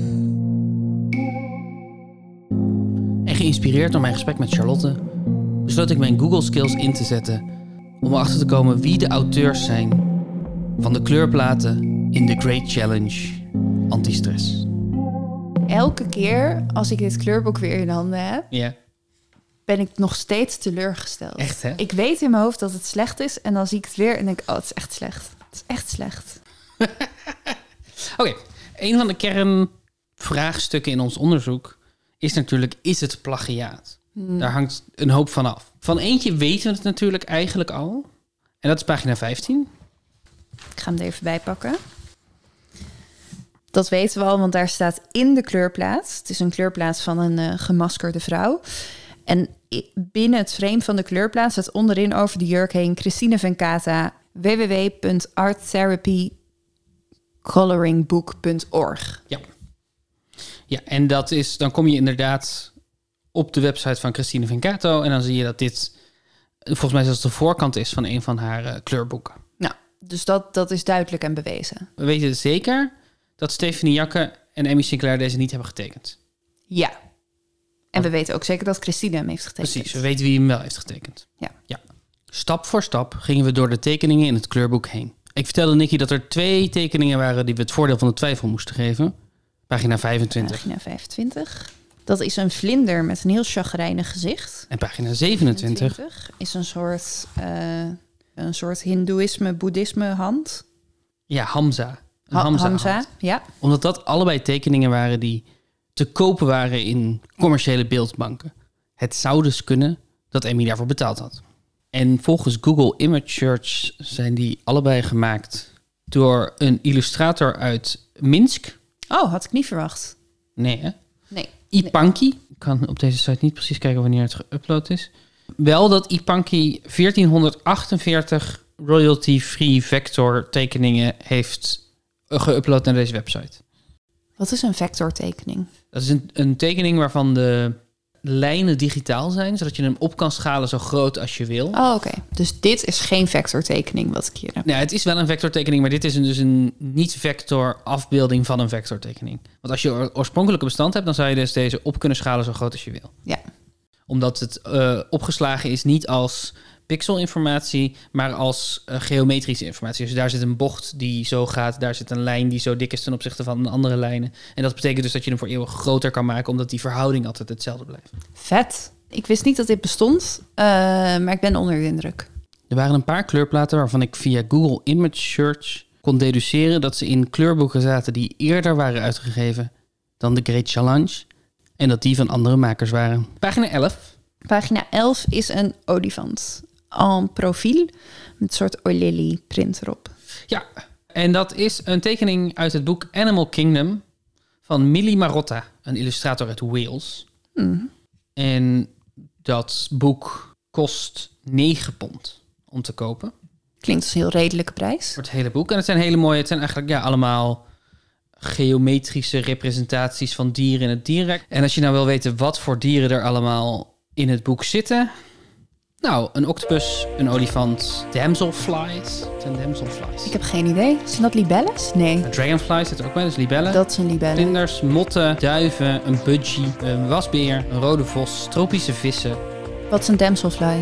En geïnspireerd door mijn gesprek met Charlotte, besloot ik mijn Google skills in te zetten om erachter te komen wie de auteurs zijn van de kleurplaten in The Great Challenge Antistress. Elke keer als ik dit kleurboek weer in handen heb, ben ik nog steeds teleurgesteld. Echt, hè? Ik weet in mijn hoofd dat het slecht is en dan zie ik het weer en denk ik, het is echt slecht. Het is echt slecht. Oké, een van de kernvraagstukken in ons onderzoek is natuurlijk, is het plagiaat? Daar hangt een hoop van af. Van eentje weten we het natuurlijk eigenlijk al. En dat is pagina 15. Ik ga hem er even bij pakken. Dat weten we al, want daar staat in de kleurplaat. Het is een kleurplaat van een gemaskerde vrouw. En binnen het frame van de kleurplaat staat onderin over de jurk heen Christine Venkata, www.arttherapycoloringbook.org. Ja, en dat is, dan kom je inderdaad op de website van Christine Venkato en dan zie je dat dit volgens mij zelfs de voorkant is van een van haar kleurboeken. Nou, dus dat is duidelijk en bewezen. We weten zeker dat Stephanie Jakke en Emmy Sinclair deze niet hebben getekend. Ja. En we weten ook zeker dat Christine hem heeft getekend. Precies, we weten wie hem wel heeft getekend. Ja. Stap voor stap gingen we door de tekeningen in het kleurboek heen. Ik vertelde Nicky dat er 2 tekeningen waren die we het voordeel van de twijfel moesten geven. Pagina 25. Pagina 25. Dat is een vlinder met een heel chagrijnig gezicht. En pagina 27 is een soort hindoeïsme, boeddhisme hand. Ja, Hamza. Hamza, ja. Omdat dat allebei tekeningen waren die te kopen waren in commerciële beeldbanken. Het zou dus kunnen dat Emmy daarvoor betaald had. En volgens Google Image Search zijn die allebei gemaakt door een illustrator uit Minsk. Oh, had ik niet verwacht. Nee, hè? Nee. Ipanki. Ik kan op deze site niet precies kijken wanneer het geüpload is. Wel dat Ipanki 1448 royalty-free vector tekeningen heeft geüpload naar deze website. Wat is een vectortekening? Dat is een tekening waarvan de lijnen digitaal zijn, zodat je hem op kan schalen zo groot als je wil. Oh, oké. Dus dit is geen vectortekening wat ik hier heb. Nou, het is wel een vectortekening, maar dit is dus een niet-vector afbeelding van een vectortekening. Want als je oorspronkelijke bestand hebt, dan zou je dus deze op kunnen schalen zo groot als je wil. Ja. Omdat het opgeslagen is niet als pixelinformatie, maar als geometrische informatie. Dus daar zit een bocht die zo gaat, daar zit een lijn die zo dik is ten opzichte van andere lijnen. En dat betekent dus dat je hem voor eeuwig groter kan maken, omdat die verhouding altijd hetzelfde blijft. Vet. Ik wist niet dat dit bestond, maar ik ben onder de indruk. Er waren een paar kleurplaten waarvan ik via Google Image Search kon deduceren dat ze in kleurboeken zaten die eerder waren uitgegeven dan de Great Challenge en dat die van andere makers waren. Pagina 11. Pagina 11 is een olifant en profiel met een soort oilily print erop. Ja, en dat is een tekening uit het boek Animal Kingdom van Millie Marotta, een illustrator uit Wales. En dat boek kost 9 pond om te kopen. Klinkt als een heel redelijke prijs. Voor het hele boek. En het zijn hele mooie, het zijn eigenlijk allemaal geometrische representaties van dieren in het dierenrijk. En als je nou wil weten wat voor dieren er allemaal in het boek zitten. Nou, een octopus, een olifant, damselflies. Het zijn damselflies. Ik heb geen idee. Zijn dat libelles? Nee. Een dragonfly zit er ook bij, dus libellen. Dat is een libelle. Vlinders, motten, duiven, een budgie, een wasbeer, een rode vos, tropische vissen. Wat is een damselfly?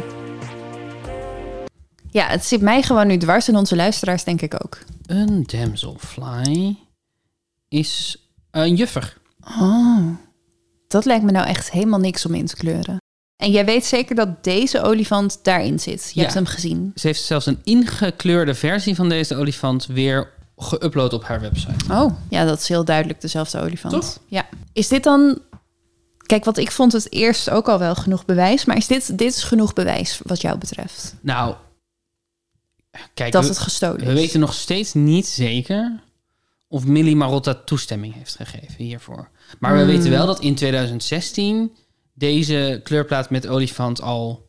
Ja, het zit mij gewoon nu dwars en onze luisteraars denk ik ook. Een damselfly is een juffer. Oh. Dat lijkt me nou echt helemaal niks om in te kleuren. En jij weet zeker dat deze olifant daarin zit. Je hebt hem gezien. Ze heeft zelfs een ingekleurde versie van deze olifant weer geüpload op haar website. Oh, ja, dat is heel duidelijk dezelfde olifant. Toch? Ja. Is dit dan... Kijk, want ik vond het eerst ook al wel genoeg bewijs. Maar is dit is genoeg bewijs wat jou betreft? Nou, kijk, dat het gestolen is. We weten nog steeds niet zeker of Millie Marotta toestemming heeft gegeven hiervoor. Maar we weten wel dat in 2016 deze kleurplaat met olifant al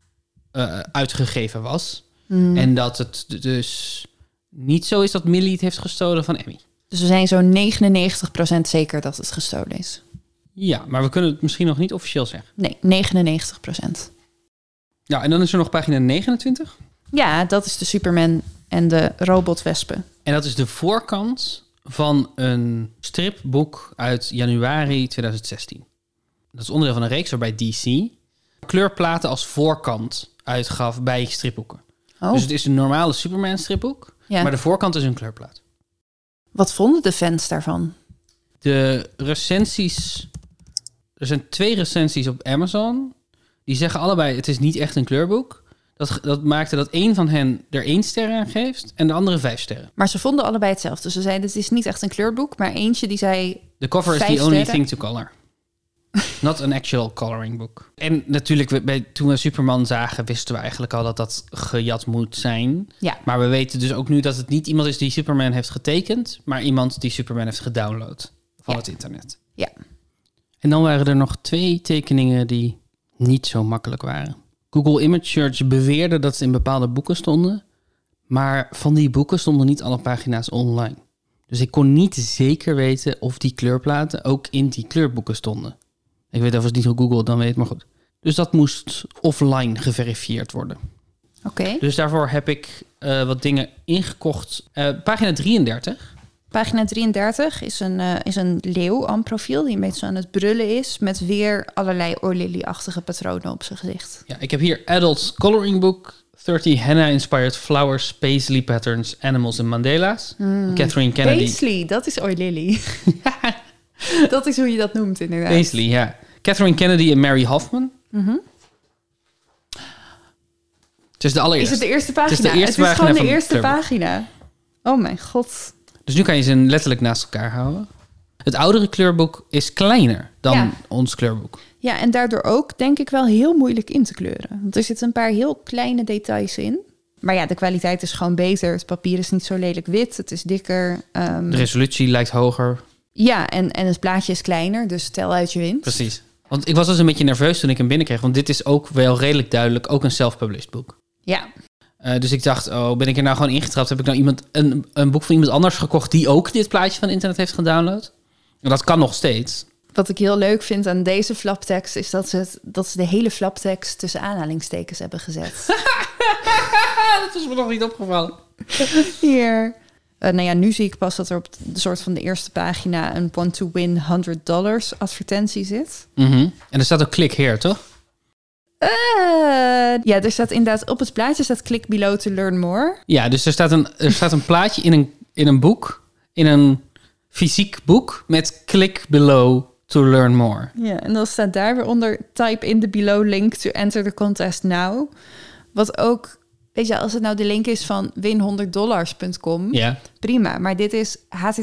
uitgegeven was. En dat het dus niet zo is dat Millie het heeft gestolen van Emmy. Dus we zijn zo'n 99% zeker dat het gestolen is. Ja, maar we kunnen het misschien nog niet officieel zeggen. Nee, 99%. Ja, en dan is er nog pagina 29. Ja, dat is de Superman en de robotwespen. En dat is de voorkant van een stripboek uit januari 2016. Dat is onderdeel van een reeks waarbij DC kleurplaten als voorkant uitgaf bij stripboeken. Oh. Dus het is een normale Superman stripboek, maar de voorkant is een kleurplaat. Wat vonden de fans daarvan? De recensies... Er zijn 2 recensies op Amazon. Die zeggen allebei, het is niet echt een kleurboek. Dat maakte dat één van hen er 1 ster aan geeft en de andere 5 sterren. Maar ze vonden allebei hetzelfde. Ze zeiden, het is niet echt een kleurboek, maar eentje die zei... The cover is the only thing to color. Not an actual coloring book. En natuurlijk, toen we Superman zagen, wisten we eigenlijk al dat dat gejat moet zijn. Ja. Maar we weten dus ook nu dat het niet iemand is die Superman heeft getekend, maar iemand die Superman heeft gedownload van het internet. Ja. En dan waren er nog 2 tekeningen die niet zo makkelijk waren. Google Image Search beweerde dat ze in bepaalde boeken stonden, maar van die boeken stonden niet alle pagina's online. Dus ik kon niet zeker weten of die kleurplaten ook in die kleurboeken stonden. Ik weet overigens niet hoe Google het dan weet, maar goed. Dus dat moest offline geverifieerd worden. Oké. Dus daarvoor heb ik wat dingen ingekocht. Pagina 33. Pagina 33 is een leeuw aan profiel die een beetje zo aan het brullen is, met weer allerlei oorlily-achtige patronen op zijn gezicht. Ja, ik heb hier Adult Coloring Book, 30 Henna-inspired flowers, paisley patterns, animals en Mandela's. Catherine Kennedy. Paisley, dat is oorlily. Dat is hoe je dat noemt, inderdaad. Paisley, ja. Catherine Kennedy en Mary Hoffman. Het is de allereerste. Is het de eerste pagina? Het is gewoon de eerste pagina. Oh mijn god. Dus nu kan je ze letterlijk naast elkaar houden. Het oudere kleurboek is kleiner dan ons kleurboek. Ja, en daardoor ook denk ik wel heel moeilijk in te kleuren. Want er zitten een paar heel kleine details in. Maar ja, de kwaliteit is gewoon beter. Het papier is niet zo lelijk wit, het is dikker. De resolutie lijkt hoger. Ja, en het plaatje is kleiner, dus tel uit je winst. Precies. Want ik was dus een beetje nerveus toen ik hem binnenkreeg. Want dit is ook wel redelijk duidelijk ook een self-published boek. Ja. Dus ik dacht, ben ik er nou gewoon ingetrapt? Heb ik nou een boek van iemand anders gekocht die ook dit plaatje van internet heeft gedownload? En dat kan nog steeds. Wat ik heel leuk vind aan deze flaptekst is dat ze de hele flaptekst tussen aanhalingstekens hebben gezet. Dat is me nog niet opgevallen. Hier. Nou ja, nu zie ik pas dat er op de soort van de eerste pagina een want to win $100 advertentie zit. En er staat ook click here, toch? Ja, er staat inderdaad op het plaatje staat click below to learn more. Ja, dus er staat een plaatje in een boek, in een fysiek boek met click below to learn more. Ja, en dan staat daar weer onder type in the below link to enter the contest now. Wat ook, weet je, als het nou de link is van win100$.com, prima. Maar dit is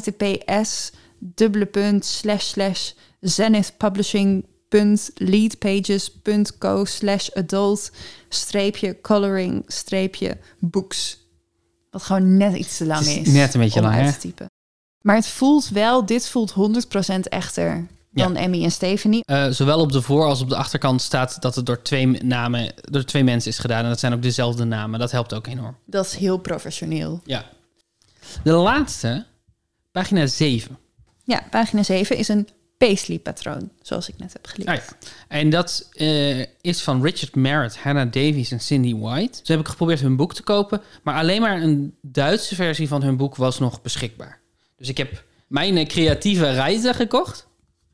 https://zenithpublishing.leadpages.co/adult-coloring-books. Wat gewoon net iets te lang is. Net een beetje lang, uit te typen. Maar het voelt wel, dit voelt 100% echter dan Emmy en Stephanie. Zowel op de voor- als op de achterkant staat dat het door 2 mensen is gedaan. En dat zijn ook dezelfde namen. Dat helpt ook enorm. Dat is heel professioneel. Ja. De laatste, pagina 7. Ja, pagina 7 is een paisley-patroon, zoals ik net heb geleerd. Ah, ja. En dat is van Richard Merritt, Hannah Davies en Cindy White. Dus heb ik geprobeerd hun boek te kopen, maar alleen maar een Duitse versie van hun boek was nog beschikbaar. Dus ik heb mijn creatieve reizen gekocht.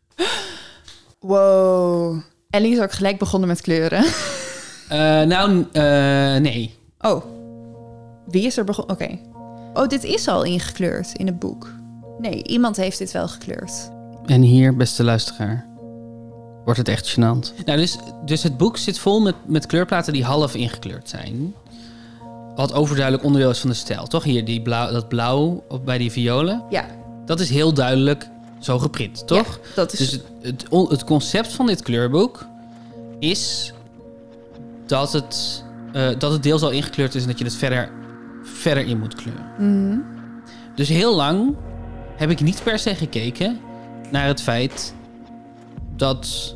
Wow. Ellie is ook gelijk begonnen met kleuren. Nee. Oh. Wie is er begonnen? Oké. Oh, dit is al ingekleurd in het boek. Nee, iemand heeft dit wel gekleurd. En hier, beste luisteraar, wordt het echt gênant. Nou, dus het boek zit vol met kleurplaten die half ingekleurd zijn. Wat overduidelijk onderdeel is van de stijl. Toch hier, dat blauw bij die violen. Ja. Dat is heel duidelijk zo geprint, toch? Ja, dat is... Dus het concept van dit kleurboek is dat het deels al ingekleurd is en dat je het verder in moet kleuren. Mm-hmm. Dus heel lang heb ik niet per se gekeken naar het feit dat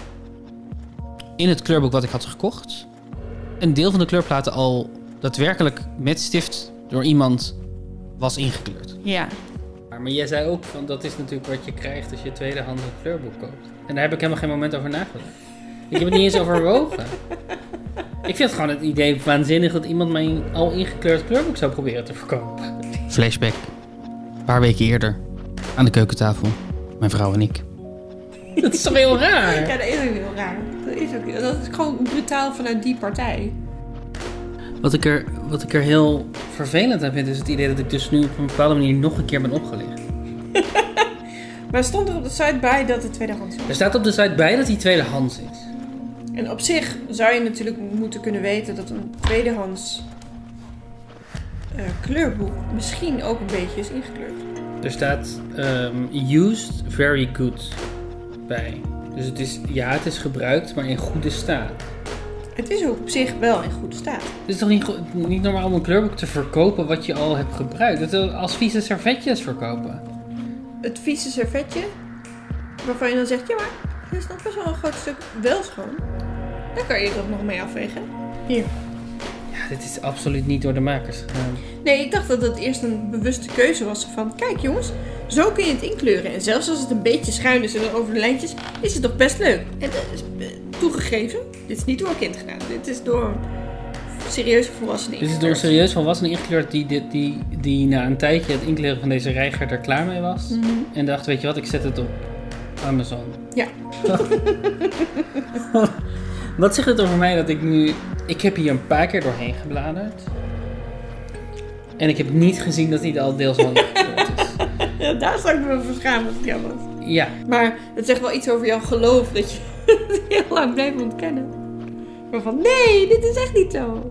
in het kleurboek wat ik had gekocht een deel van de kleurplaten al daadwerkelijk met stift door iemand was ingekleurd. Ja. Maar jij zei ook van dat is natuurlijk wat je krijgt als je tweedehands een kleurboek koopt. En daar heb ik helemaal geen moment over nagedacht. Ik heb het niet eens overwogen. Ik vind gewoon het idee waanzinnig dat iemand mijn al ingekleurd kleurboek zou proberen te verkopen. Flashback. Een paar weken eerder. Aan de keukentafel. Mijn vrouw en ik. Dat is toch heel raar? Ja, dat is ook heel raar. Dat is gewoon brutaal vanuit die partij. Wat ik er heel vervelend aan vind, is het idee dat ik dus nu op een bepaalde manier nog een keer ben opgelicht. Maar stond er op de site bij dat het tweedehands is? Er staat op de site bij dat hij tweedehands is. En op zich zou je natuurlijk moeten kunnen weten dat een tweedehands kleurboek misschien ook een beetje is ingekleurd. Er staat used very good bij. Dus het is gebruikt, maar in goede staat. Het is ook op zich wel in goede staat. Het is toch niet normaal om een kleurboek te verkopen wat je al hebt gebruikt? Dat als vieze servetjes verkopen. Het vieze servetje, waarvan je dan zegt, ja maar, dit is nog best wel een groot stuk wel schoon. Daar kan je dat nog mee afwegen. Hier. Ja, dit is absoluut niet door de makers gedaan. Nee, ik dacht dat het eerst een bewuste keuze was van, kijk jongens, zo kun je het inkleuren. En zelfs als het een beetje schuin is en over de lijntjes, is het toch best leuk. En dat is toegegeven, dit is niet door een kind gedaan. Dit is door een serieus volwassene ingekleurd. Dit is door een serieus volwassene ingekleurd die na een tijdje het inkleuren van deze reiger er klaar mee was. Mm-hmm. En dacht, weet je wat, ik zet het op Amazon. Ja. Wat zegt het over mij dat ik heb hier een paar keer doorheen gebladerd. En ik heb niet gezien dat hij al deels al ingekleurd is. Ja, daar zou ik me wel verschamen als het jou was. Ja. Maar het zegt wel iets over jouw geloof dat je het heel lang blijft ontkennen. Maar van, nee, dit is echt niet zo.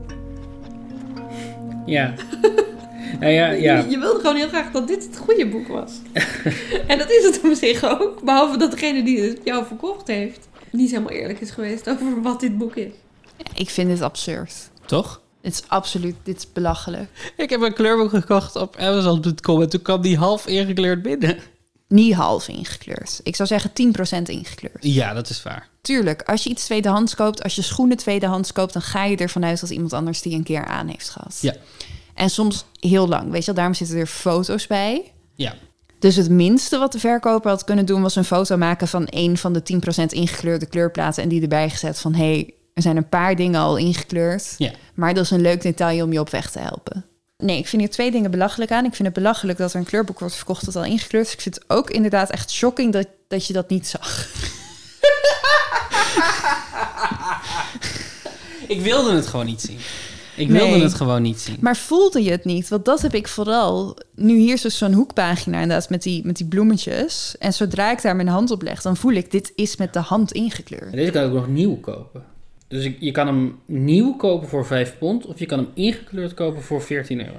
Ja. Ja. Je wilde gewoon heel graag dat dit het goede boek was. En dat is het op zich ook. Behalve dat degene die het jou verkocht heeft niet helemaal eerlijk is geweest over wat dit boek is. Ik vind dit absurd. Toch? Het is absoluut, dit is belachelijk. Ik heb een kleurboek gekocht op Amazon.com en toen kwam die half ingekleurd binnen. Niet half ingekleurd. Ik zou zeggen 10% ingekleurd. Ja, dat is waar. Tuurlijk, als je iets tweedehands koopt, als je schoenen tweedehands koopt, dan ga je ervan uit dat iemand anders die een keer aan heeft gehad. Ja. En soms heel lang, weet je wel, daarom zitten er foto's bij. Ja. Dus het minste wat de verkoper had kunnen doen was een foto maken van een van de 10% ingekleurde kleurplaten en die erbij gezet van, hey, er zijn een paar dingen al ingekleurd, ja. Maar dat is een leuk detail om je op weg te helpen. Nee, ik vind hier 2 dingen belachelijk aan. Ik vind het belachelijk dat er een kleurboek wordt verkocht dat al ingekleurd is. Ik vind het ook inderdaad echt shocking dat je dat niet zag. Ik wilde het gewoon niet zien. Ik wilde het gewoon niet zien. Maar voelde je het niet? Want dat heb ik vooral. Nu hier is dus zo'n hoekpagina inderdaad met die bloemetjes. En zodra ik daar mijn hand op leg, dan voel ik, dit is met de hand ingekleurd. En deze kan ik ook nog nieuw kopen. Dus je kan hem nieuw kopen voor £5 of je kan hem ingekleurd kopen voor €14.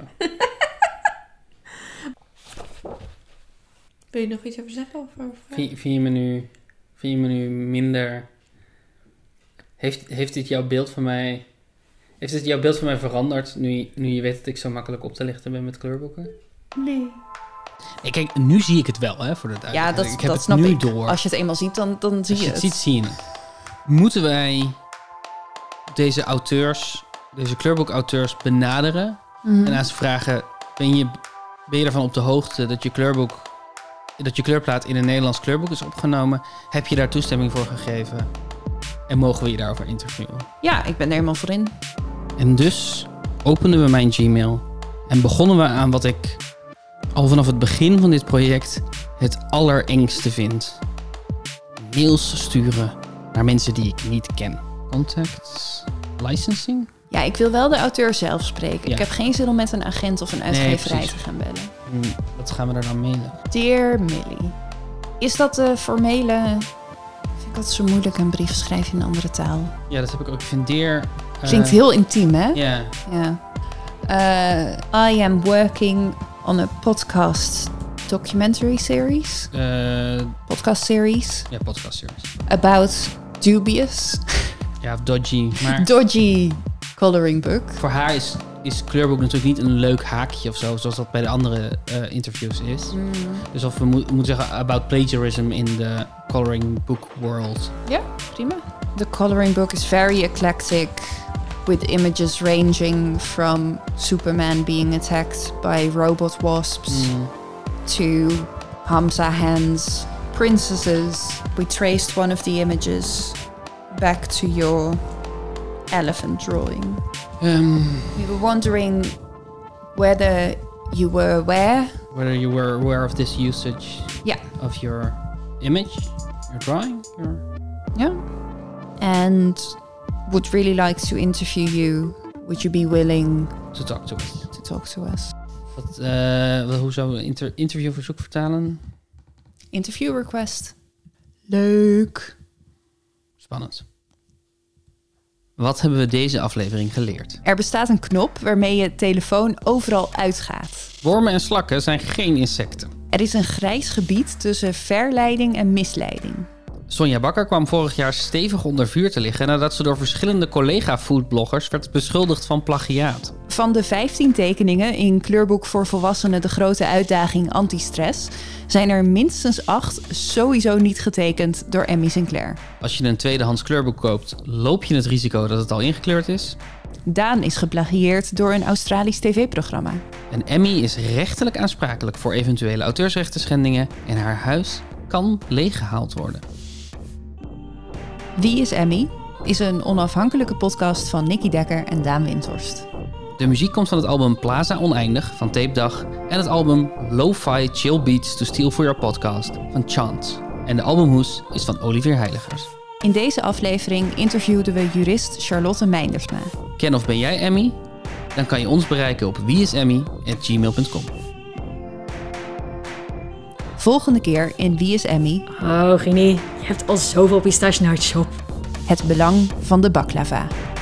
Wil je nog iets over zeggen? Vind je me nu minder... Heeft dit jouw beeld van mij... Heeft dit jouw beeld van mij veranderd nu je weet dat ik zo makkelijk op te lichten ben met kleurboeken? Nee. Kijk, nu zie ik het wel, hè, voor de duidelijkheid. Ja, ik heb dat het snap nu ik. door. Als je het eenmaal ziet, dan zie je het. Als je het ziet, zie je het. Moeten wij deze kleurboekauteurs benaderen en aan ze vragen, ben je ervan op de hoogte dat je kleurplaat in een Nederlands kleurboek is opgenomen? Heb je daar toestemming voor gegeven? En mogen we je daarover interviewen? Ja, ik ben er helemaal voor in. En dus openden we mijn Gmail en begonnen we aan wat ik al vanaf het begin van dit project het allerengste vind. Mails sturen naar mensen die ik niet ken. Contact, licensing? Ja, ik wil wel de auteur zelf spreken. Ja. Ik heb geen zin om met een agent of een uitgeverij te gaan bellen. Wat gaan we er dan mailen? Dear Millie. Is dat de formele... Vind ik Dat is zo moeilijk, een brief schrijven in een andere taal. Ja, dat heb ik ook. Ik vind dear... Klinkt heel intiem, hè? Ja. I am working on a podcast documentary series. Podcast series. Ja, podcast series. About dubious. Ja, dodgy. Maar dodgy coloring book. Voor haar is kleurboek natuurlijk niet een leuk haakje of zo, zoals dat bij de andere interviews is. Dus of we moeten zeggen about plagiarism in the coloring book world. Ja, prima. The coloring book is very eclectic, with images ranging from Superman being attacked by robot wasps to Hamza hands, princesses. We traced one of the images back to your elephant drawing. We were wondering whether you were aware. Whether you were aware of this usage of your image, your drawing? Yeah. And would really like to interview you. Would you be willing to talk to us? To talk to us. Hoe zouden we interviewverzoek vertalen? Interview request. Leuk. Spannend. Wat hebben we deze aflevering geleerd? Er bestaat een knop waarmee je telefoon overal uitgaat. Wormen en slakken zijn geen insecten. Er is een grijs gebied tussen verleiding en misleiding. Sonja Bakker kwam vorig jaar stevig onder vuur te liggen nadat ze door verschillende collega-foodbloggers werd beschuldigd van plagiaat. Van de 15 tekeningen in kleurboek voor volwassenen De Grote Uitdaging Antistress zijn er minstens 8 sowieso niet getekend door Emmy Sinclair. Als je een tweedehands kleurboek koopt, loop je het risico dat het al ingekleurd is. Daan is geplagieerd door een Australisch tv-programma. En Emmy is rechtelijk aansprakelijk voor eventuele auteursrechtenschendingen en haar huis kan leeggehaald worden. Wie is Emmy? Is een onafhankelijke podcast van Nicky Dekker en Daan Windhorst. De muziek komt van het album Plaza Oneindig van Tape Dag en het album Lo-Fi Chill Beats to Steal for Your Podcast van Chance. En de albumhoes is van Olivier Heiligers. In deze aflevering interviewden we jurist Charlotte Meindersma. Ken of ben jij Emmy? Dan kan je ons bereiken op wieisemmy@gmail.com. Volgende keer in Wie is Emmy? Oh, Genie, je hebt al zoveel pistachenootjes op. Het belang van de baklava.